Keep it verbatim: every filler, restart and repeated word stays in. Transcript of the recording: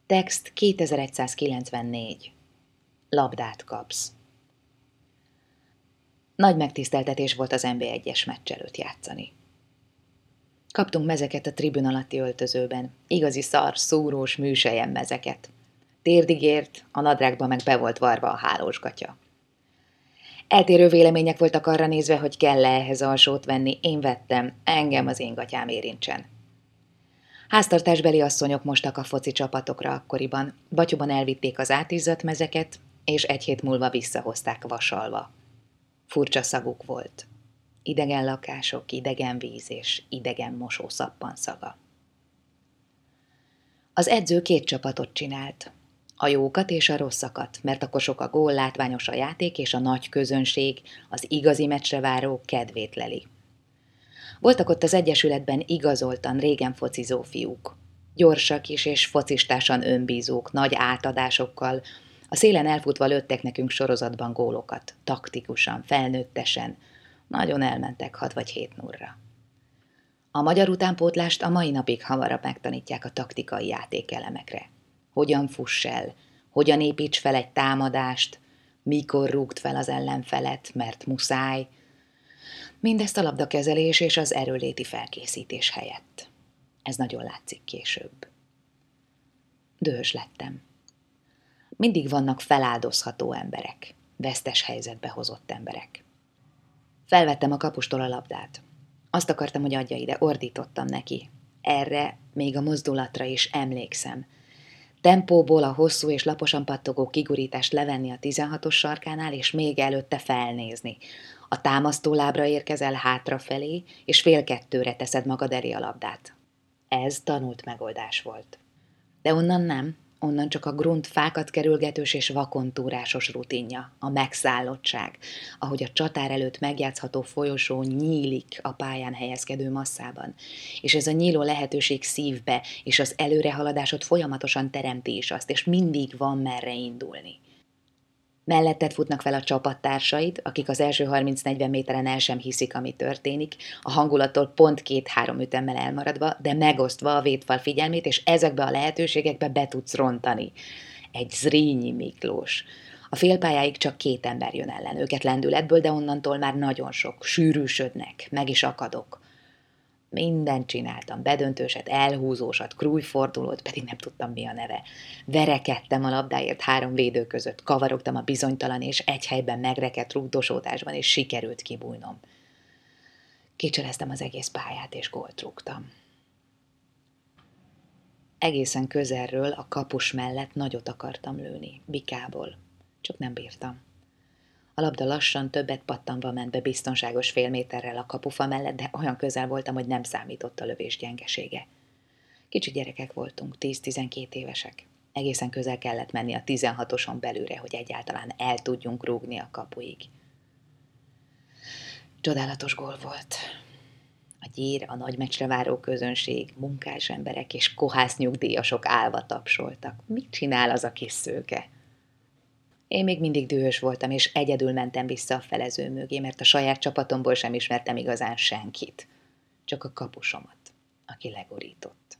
Text kétezer-egyszázkilencvennégy. Labdát kapsz. Nagy megtiszteltetés volt az en bé egyes meccs előtt játszani. Kaptunk mezeket a tribün alatti öltözőben, igazi szar, szúrós, műselyen mezeket. Térdig ért, a nadrágba meg be volt varva a hálós gatya. Eltérő vélemények voltak arra nézve, hogy kell-e ehhez alsót venni, én vettem, engem az én gatyám érintsen. Háztartásbeli asszonyok mostak a foci csapatokra akkoriban, batyuban elvitték az átizzadt mezeket, és egy hét múlva visszahozták vasalva. Furcsa szaguk volt. Idegen lakások, idegen víz és idegen mosószappan szaga. Az edző két csapatot csinált. A jókat és a rosszakat, mert akkor sok a gól, látványos a játék, és a nagy közönség, az igazi meccsre váró kedvét leli. Voltak ott az egyesületben igazoltan régen focizó fiúk. Gyorsak is és focistásan önbízók, nagy átadásokkal, a szélen elfutva lőttek nekünk sorozatban gólokat, taktikusan, felnőttesen, nagyon elmentek hat vagy hét nurra. A magyar utánpótlást a mai napig hamarabb megtanítják a taktikai játékelemekre. Hogyan fuss el, hogyan építs fel egy támadást, mikor rúgd fel az ellenfelet, mert muszáj. Mindezt a labdakezelés és az erőléti felkészítés helyett. Ez nagyon látszik később. Dühös lettem. Mindig vannak feláldozható emberek, vesztes helyzetbe hozott emberek. Felvettem a kapustól a labdát. Azt akartam, hogy adja ide, ordítottam neki. Erre, még a mozdulatra is emlékszem. Tempóból a hosszú és laposan pattogó kigurítást levenni a tizenhatos sarkánál, és még előtte felnézni. A támasztólábra érkezel hátrafelé, és fél kettőre teszed magad elé a labdát. Ez tanult megoldás volt. De onnan nem, onnan csak a grunt fákat kerülgetős és vakontúrásos rutinja, a megszállottság, ahogy a csatár előtt megjátszható folyosó nyílik a pályán helyezkedő masszában, és ez a nyíló lehetőség szívbe, és az előrehaladásod folyamatosan teremti is azt, és mindig van merre indulni. Melletted futnak fel a csapattársaid, akik az első harminc-negyven méteren el sem hiszik, ami történik, a hangulattól pont két-három ütemmel elmaradva, de megosztva a védfal figyelmét, és ezekbe a lehetőségekbe be tudsz rontani. Egy Zrínyi Miklós. A félpályáig csak két ember jön ellen, őket lendületből, de onnantól már nagyon sok, sűrűsödnek, meg is akadok. Mindent csináltam, bedöntőset, elhúzósat, krújfordulót, pedig nem tudtam, mi a neve. Verekedtem a labdáért három védő között, kavarogtam a bizonytalan és egy helyben megrekedt rugdosódásban, és sikerült kibújnom. Kicsereztem az egész pályát, és gólt rúgtam. Egészen közelről a kapus mellett nagyot akartam lőni, bikából, csak nem bírtam. A labda lassan, többet pattanva ment be biztonságos fél méterrel a kapufa mellett, de olyan közel voltam, hogy nem számított a lövés gyengesége. Kicsi gyerekek voltunk, tíz-tizenkét évesek. Egészen közel kellett menni a tizenhatoson belülre, hogy egyáltalán el tudjunk rúgni a kapuig. Csodálatos gól volt. A gyír, a nagy meccsre váró közönség, munkás emberek és kohász nyugdíjasok állva tapsoltak. Mit csinál az a kis szőke? Én még mindig dühös voltam, és egyedül mentem vissza a felező mögé, mert a saját csapatomból sem ismertem igazán senkit. Csak a kapusomat, aki legurított.